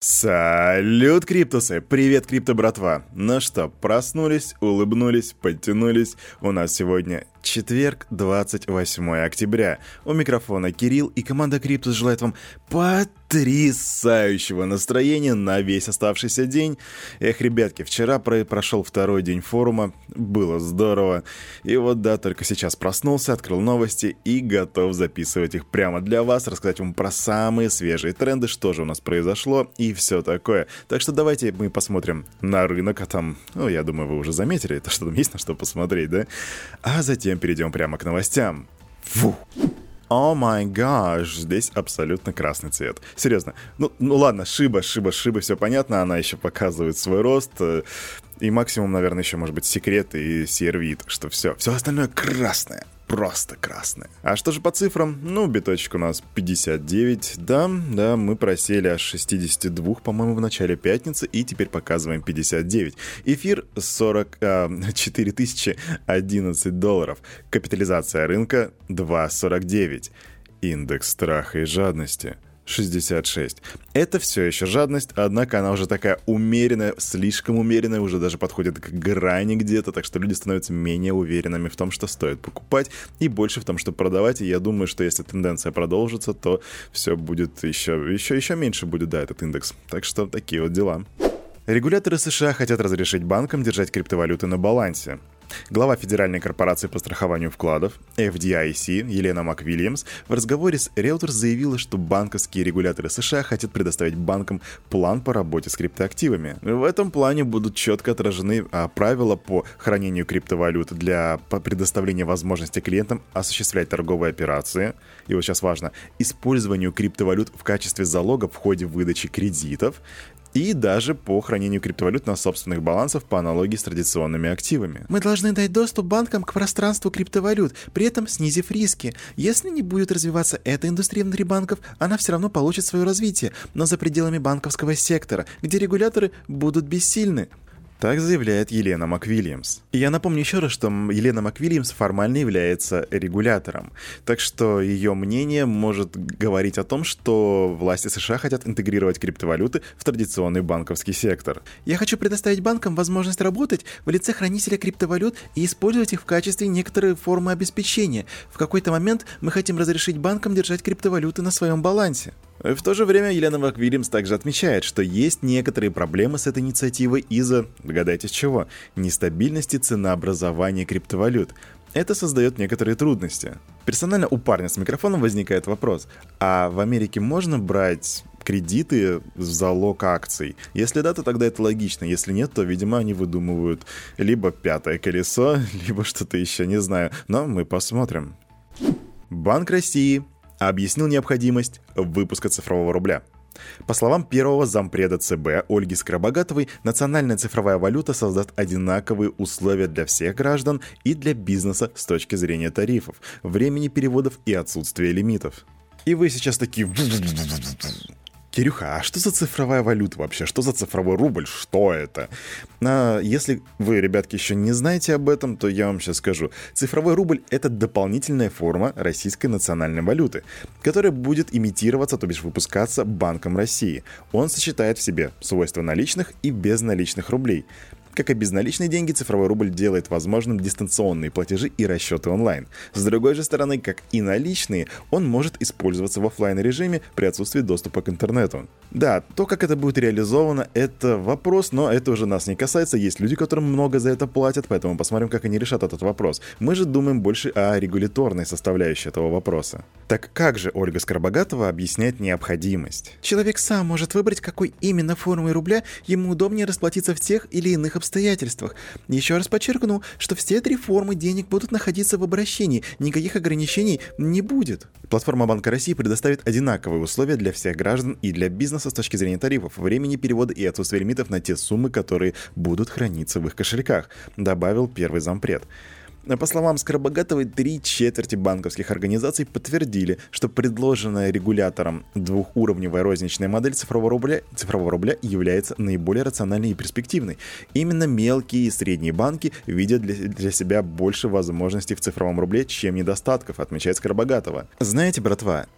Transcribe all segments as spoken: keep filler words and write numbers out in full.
Салют, криптусы! Привет, крипто братва! Ну что, проснулись, улыбнулись, подтянулись. У нас сегодня четверг, двадцать восьмое октября. У микрофона Кирилл, и команда Криптус желает вам потрясающего настроения на весь оставшийся день. Эх, ребятки, вчера про- прошел второй день форума, было здорово. И вот да, только сейчас проснулся, открыл новости и готов записывать их прямо для вас, рассказать вам про самые свежие тренды, что же у нас произошло и все такое. Так что давайте мы посмотрим на рынок, а там, ну, я думаю, вы уже заметили, то, что там есть на что посмотреть, да? А затем перейдем прямо к новостям. Фу. О май гаш, здесь абсолютно красный цвет. Серьезно. Ну, ну ладно, шиба, шиба, шиба, все понятно, она еще показывает свой рост. И максимум, наверное, еще может быть секрет и си эр ви, так что все, все остальное красное. Просто красное. А что же по цифрам? Ну, биточек у нас пятьдесят девять. Да, да, мы просели аж шестьдесят два, по-моему, в начале пятницы, и теперь показываем пятьдесят девять. Эфир сорок четыре тысячи одиннадцать долларов. Капитализация рынка два сорок девять. Индекс страха и жадности шестьдесят шесть. Это все еще жадность, однако она уже такая умеренная, слишком умеренная, уже даже подходит к грани где-то, так что люди становятся менее уверенными в том, что стоит покупать, и больше в том, что продавать. И я думаю, что если тенденция продолжится, то все будет еще, еще, еще меньше будет, да, этот индекс. Так что такие вот дела. Регуляторы США хотят разрешить банкам держать криптовалюты на балансе. Глава Федеральной корпорации по страхованию вкладов эф ди ай си Елена МакВильямс в разговоре с Reuters заявила, что банковские регуляторы США хотят предоставить банкам план по работе с криптоактивами. В этом плане будут четко отражены а, правила по хранению криптовалют для предоставления возможности клиентам осуществлять торговые операции. И вот сейчас важно, использованию криптовалют в качестве залога в ходе выдачи кредитов, и даже по хранению криптовалют на собственных балансах по аналогии с традиционными активами. Мы должны дать доступ банкам к пространству криптовалют, при этом снизив риски. Если не будет развиваться эта индустрия внутри банков, она все равно получит свое развитие, но за пределами банковского сектора, где регуляторы будут бессильны. Так заявляет Елена МакВильямс. И я напомню еще раз, что Елена МакВильямс формально является регулятором. Так что ее мнение может говорить о том, что власти США хотят интегрировать криптовалюты в традиционный банковский сектор. Я хочу предоставить банкам возможность работать в лице хранителя криптовалют и использовать их в качестве некоторой формы обеспечения. В какой-то момент мы хотим разрешить банкам держать криптовалюты на своем балансе. В то же время Елена МакВильямс также отмечает, что есть некоторые проблемы с этой инициативой из-за, догадайтесь чего, нестабильности ценообразования криптовалют. Это создает некоторые трудности. Персонально у парня с микрофоном возникает вопрос, а в Америке можно брать кредиты в залог акций? Если да, то тогда это логично, если нет, то, видимо, они выдумывают либо пятое колесо, либо что-то еще, не знаю, но мы посмотрим. Банк России объяснил необходимость выпуска цифрового рубля. По словам первого зампреда ЦБ Ольги Скоробогатовой, национальная цифровая валюта создаст одинаковые условия для всех граждан и для бизнеса с точки зрения тарифов, времени переводов и отсутствия лимитов. И вы сейчас такие... Кирюха, а что за цифровая валюта вообще? Что за цифровой рубль? Что это? А если вы, ребятки, еще не знаете об этом, то я вам сейчас скажу. Цифровой рубль — это дополнительная форма российской национальной валюты, которая будет имитироваться, то бишь выпускаться Банком России. Он сочетает в себе свойства наличных и безналичных рублей. Как и безналичные деньги, цифровой рубль делает возможным дистанционные платежи и расчеты онлайн. С другой же стороны, как и наличные, он может использоваться в офлайн режиме при отсутствии доступа к интернету. Да, то, как это будет реализовано, это вопрос, но это уже нас не касается. Есть люди, которым много за это платят, поэтому посмотрим, как они решат этот вопрос. Мы же думаем больше о регуляторной составляющей этого вопроса. Так как же Ольга Скоробогатова объясняет необходимость? Человек сам может выбрать, какой именно формой рубля ему удобнее расплатиться в тех или иных обстоятельствах. Еще раз подчеркну, что все три формы денег будут находиться в обращении, никаких ограничений не будет. Платформа Банка России предоставит одинаковые условия для всех граждан и для бизнеса с точки зрения тарифов, времени перевода и отсутствия лимитов на те суммы, которые будут храниться в их кошельках, добавил первый зампред. По словам Скоробогатовой, три четверти банковских организаций подтвердили, что предложенная регулятором двухуровневая розничная модель цифрового рубля, цифрового рубля является наиболее рациональной и перспективной. Именно мелкие и средние банки видят для, для себя больше возможностей в цифровом рубле, чем недостатков, отмечает Скоробогатова. Знаете, братва,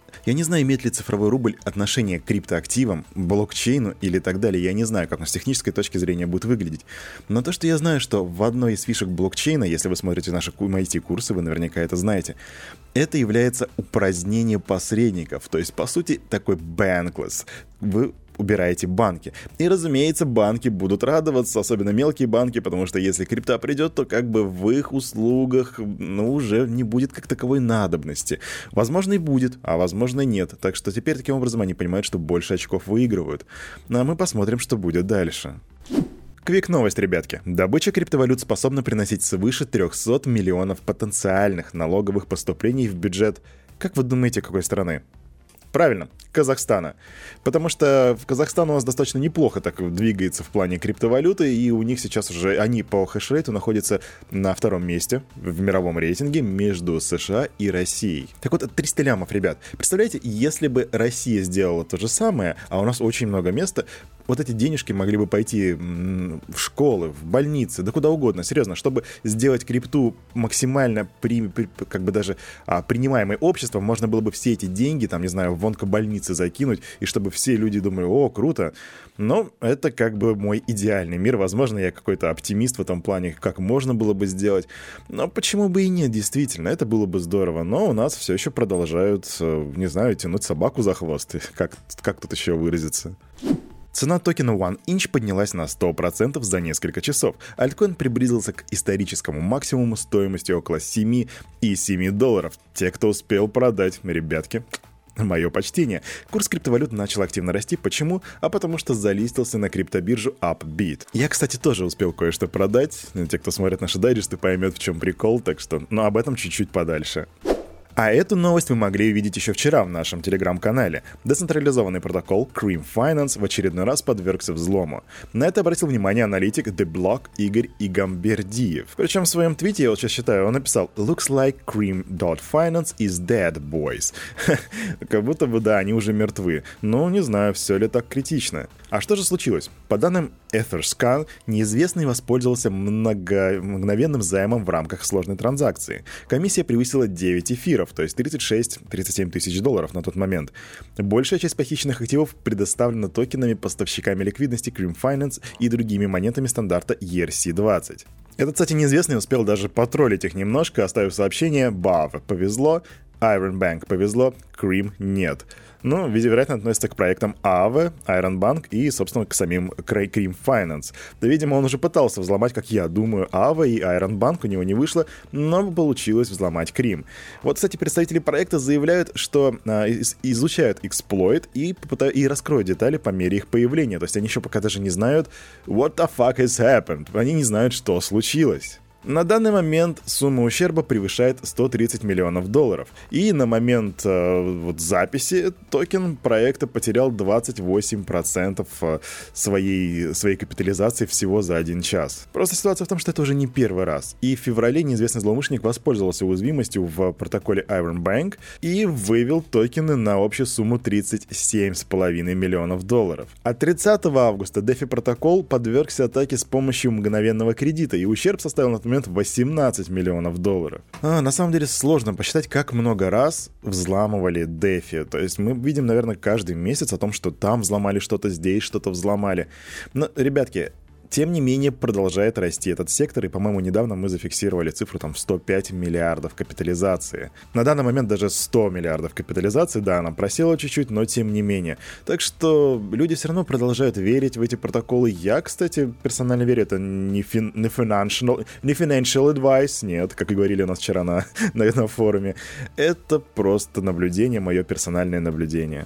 Я не знаю, имеет ли цифровой рубль отношение к криптоактивам, блокчейну или так далее. Я не знаю, как он с технической точки зрения будет выглядеть. Но то, что я знаю, что в одной из фишек блокчейна, если вы смотрите наши ай ти-курсы, вы наверняка это знаете, это является упразднение посредников. То есть, по сути, такой bankless. Вы убираете банки. И, разумеется, банки будут радоваться, особенно мелкие банки, потому что если крипта придет, то как бы в их услугах, ну, уже не будет как таковой надобности. Возможно, и будет, а возможно, и нет. Так что теперь таким образом они понимают, что больше очков выигрывают. Ну, а мы посмотрим, что будет дальше. Квик-новость, ребятки. Добыча криптовалют способна приносить свыше трехсот миллионов потенциальных налоговых поступлений в бюджет. Как вы думаете, какой страны? Правильно, Казахстана. Потому что в Казахстан у нас достаточно неплохо так двигается в плане криптовалюты, и у них сейчас уже, они по хешрейту находятся на втором месте в мировом рейтинге между США и Россией. Так вот, триста лямов, ребят. Представляете, если бы Россия сделала то же самое, а у нас очень много места, вот эти денежки могли бы пойти в школы, в больницы, да куда угодно, серьезно, чтобы сделать крипту максимально при, при, как бы даже а, принимаемой обществом, можно было бы все эти деньги, там, не знаю, в онкобольницы закинуть, и чтобы все люди думали: о, круто. Но это как бы мой идеальный мир. Возможно, я какой-то оптимист в этом плане, как можно было бы сделать. Но почему бы и нет, действительно, это было бы здорово. Но у нас все еще продолжают, не знаю, тянуть собаку за хвост. Как, как тут еще выразиться? Цена токена OneInch поднялась на сто процентов за несколько часов. Альткоин приблизился к историческому максимуму стоимостью около семь и семь долларов. Те, кто успел продать, ребятки, мое почтение. Курс криптовалют начал активно расти. Почему? А потому что залистился на криптобиржу Upbit. Я, кстати, тоже успел кое-что продать. Те, кто смотрит наши дайджесты, поймет, в чем прикол, так что, но об этом чуть-чуть подальше. А эту новость вы могли увидеть еще вчера в нашем телеграм-канале. Децентрализованный протокол Cream Finance в очередной раз подвергся взлому. На это обратил внимание аналитик The Block Игорь Игамбердиев. Причем в своем твите, я вот сейчас читаю, он написал: «Looks like Cream.Finance is dead, boys». Как будто бы, да, они уже мертвы. Но не знаю, все ли так критично. А что же случилось? По данным Etherscan, неизвестный воспользовался много... мгновенным займом в рамках сложной транзакции. Комиссия превысила девять эфиров, то есть тридцать шесть - тридцать семь тысяч долларов на тот момент. Большая часть похищенных активов предоставлена токенами, поставщиками ликвидности Cream Finance и другими монетами стандарта и эр си двадцать. Этот, кстати, неизвестный успел даже потроллить их немножко, оставив сообщение: «Бав, повезло», Iron Bank повезло, Cream нет. Ну, вероятно, относится к проектам Aave, Iron Bank и, собственно, к самим Cream Finance. Да, видимо, он уже пытался взломать, как я думаю, Aave и Iron Bank, у него не вышло, но получилось взломать Cream. Вот, кстати, представители проекта заявляют, что а, из- изучают эксплойт и, попытают, и раскроют детали по мере их появления. То есть они еще пока даже не знают what the fuck has happened. Они не знают, что случилось. На данный момент сумма ущерба превышает сто тридцать миллионов долларов. И на момент э, вот, записи токен проекта потерял двадцать восемь процентов своей, своей капитализации всего за один час. Просто ситуация в том, что это уже не первый раз. И в феврале неизвестный злоумышленник воспользовался уязвимостью в протоколе Iron Bank и вывел токены на общую сумму тридцать семь целых пять десятых миллионов долларов. А тридцатого августа DeFi протокол подвергся атаке с помощью мгновенного кредита, и ущерб составил на момент восемнадцать миллионов долларов. А, на самом деле сложно посчитать, как много раз взламывали DeFi. То есть мы видим, наверное, каждый месяц о том, что там взломали что-то, здесь что-то взломали. Но, ребятки, тем не менее, продолжает расти этот сектор, и, по-моему, недавно мы зафиксировали цифру там в сто пять миллиардов капитализации. На данный момент даже сто миллиардов капитализации, да, она просела чуть-чуть, но тем не менее. Так что люди все равно продолжают верить в эти протоколы. Я, кстати, персонально верю, это не, фин, не, financial, не financial advice, нет, как и говорили у нас вчера на, на, на форуме. Это просто наблюдение, мое персональное наблюдение.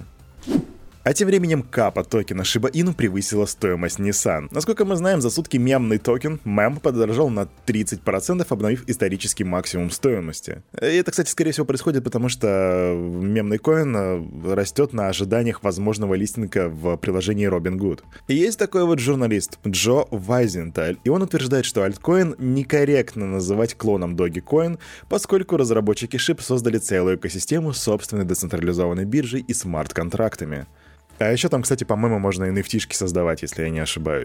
А тем временем капа токена Shiba Inu превысила стоимость Nissan. Насколько мы знаем, за сутки мемный токен мем подорожал на тридцать процентов, обновив исторический максимум стоимости. И это, кстати, скорее всего происходит, потому что мемный коин растет на ожиданиях возможного листинга в приложении Robinhood. И есть такой вот журналист Джо Вайзенталь, и он утверждает, что альткоин некорректно называть клоном Dogecoin, поскольку разработчики Shib создали целую экосистему с собственной децентрализованной биржей и смарт-контрактами. А еще там, кстати, по-моему, можно эн эф ти-шки создавать, если я не ошибаюсь.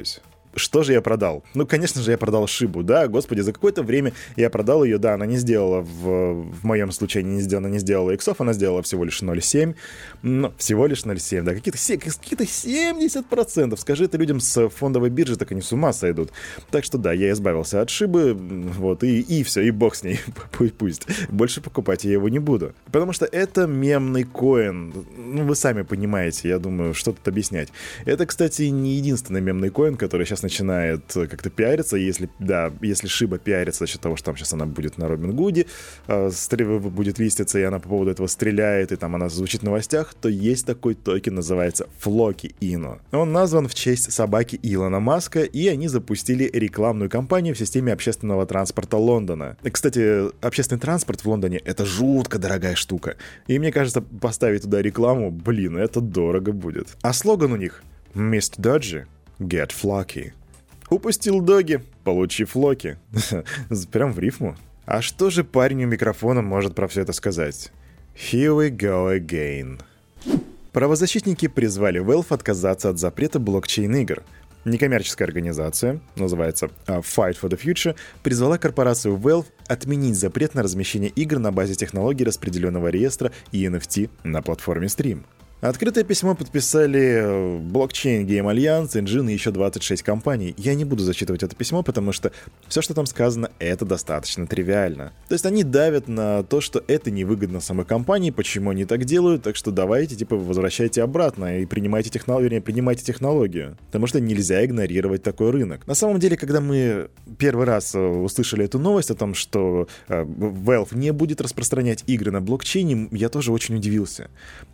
Что же я продал? Ну, конечно же, я продал Шибу, да, господи, за какое-то время я продал ее, да, она не сделала, в, в моем случае не сделала, она не сделала иксов, она сделала всего лишь ноль целых семь десятых, но всего лишь ноль целых семь десятых, да, какие-то, какие-то семьдесят процентов, скажи это людям с фондовой биржи, так они с ума сойдут. Так что да, я избавился от Шибы, вот, и, и все, и бог с ней, пусть, пусть, больше покупать я его не буду, потому что это мемный коин, ну, вы сами понимаете, я думаю, что тут объяснять. Это, кстати, не единственный мемный коин, который сейчас начинает как-то пиариться, если, да, если Шиба пиарится за счет того, что там сейчас она будет на Робингуде, э, будет листиться, и она по поводу этого стреляет, и там она звучит в новостях, то есть такой токен, называется Floki Ino. Он назван в честь собаки Илона Маска, и они запустили рекламную кампанию в системе общественного транспорта Лондона. Кстати, общественный транспорт в Лондоне — это жутко дорогая штука, и мне кажется, поставить туда рекламу, блин, это дорого будет. А слоган у них «Missed Dodgy, get Floki». Упустил доги, получи флоки. Прям в рифму. А что же парень у микрофона может про все это сказать? Here we go again. Правозащитники призвали Valve отказаться от запрета блокчейн-игр. Некоммерческая организация, называется Fight for the Future, призвала корпорацию Valve отменить запрет на размещение игр на базе технологий распределенного реестра и эн эф ти на платформе Steam. Открытое письмо подписали Blockchain Game Alliance, Engine и еще двадцать шесть компаний. Я не буду зачитывать это письмо, потому что все, что там сказано, это достаточно тривиально. То есть они давят на то, что это невыгодно самой компании, почему они так делают, так что давайте, типа, возвращайте обратно и принимайте технологию, вернее, принимайте технологию. Потому что нельзя игнорировать такой рынок. На самом деле, когда мы первый раз услышали эту новость о том, что Valve не будет распространять игры на блокчейне, я тоже очень удивился.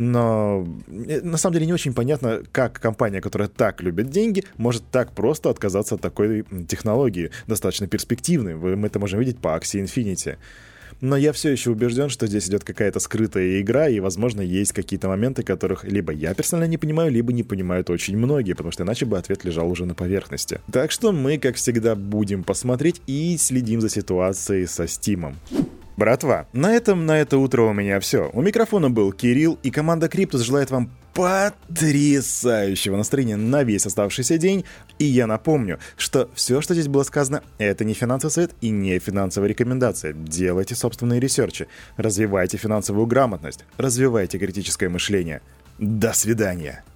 Но на самом деле не очень понятно, как компания, которая так любит деньги, может так просто отказаться от такой технологии, достаточно перспективной. Мы это можем видеть по Axie Infinity. Но я все еще убежден, что здесь идет какая-то скрытая игра, и, возможно, есть какие-то моменты, которых либо я персонально не понимаю, либо не понимают очень многие, потому что иначе бы ответ лежал уже на поверхности. Так что мы, как всегда, будем посмотреть и следим за ситуацией со Стимом. Братва, на этом на это утро у меня все. У микрофона был Кирилл, и команда Криптус желает вам потрясающего настроения на весь оставшийся день. И я напомню, что все, что здесь было сказано, это не финансовый совет и не финансовая рекомендация. Делайте собственные ресерчи, развивайте финансовую грамотность, развивайте критическое мышление. До свидания.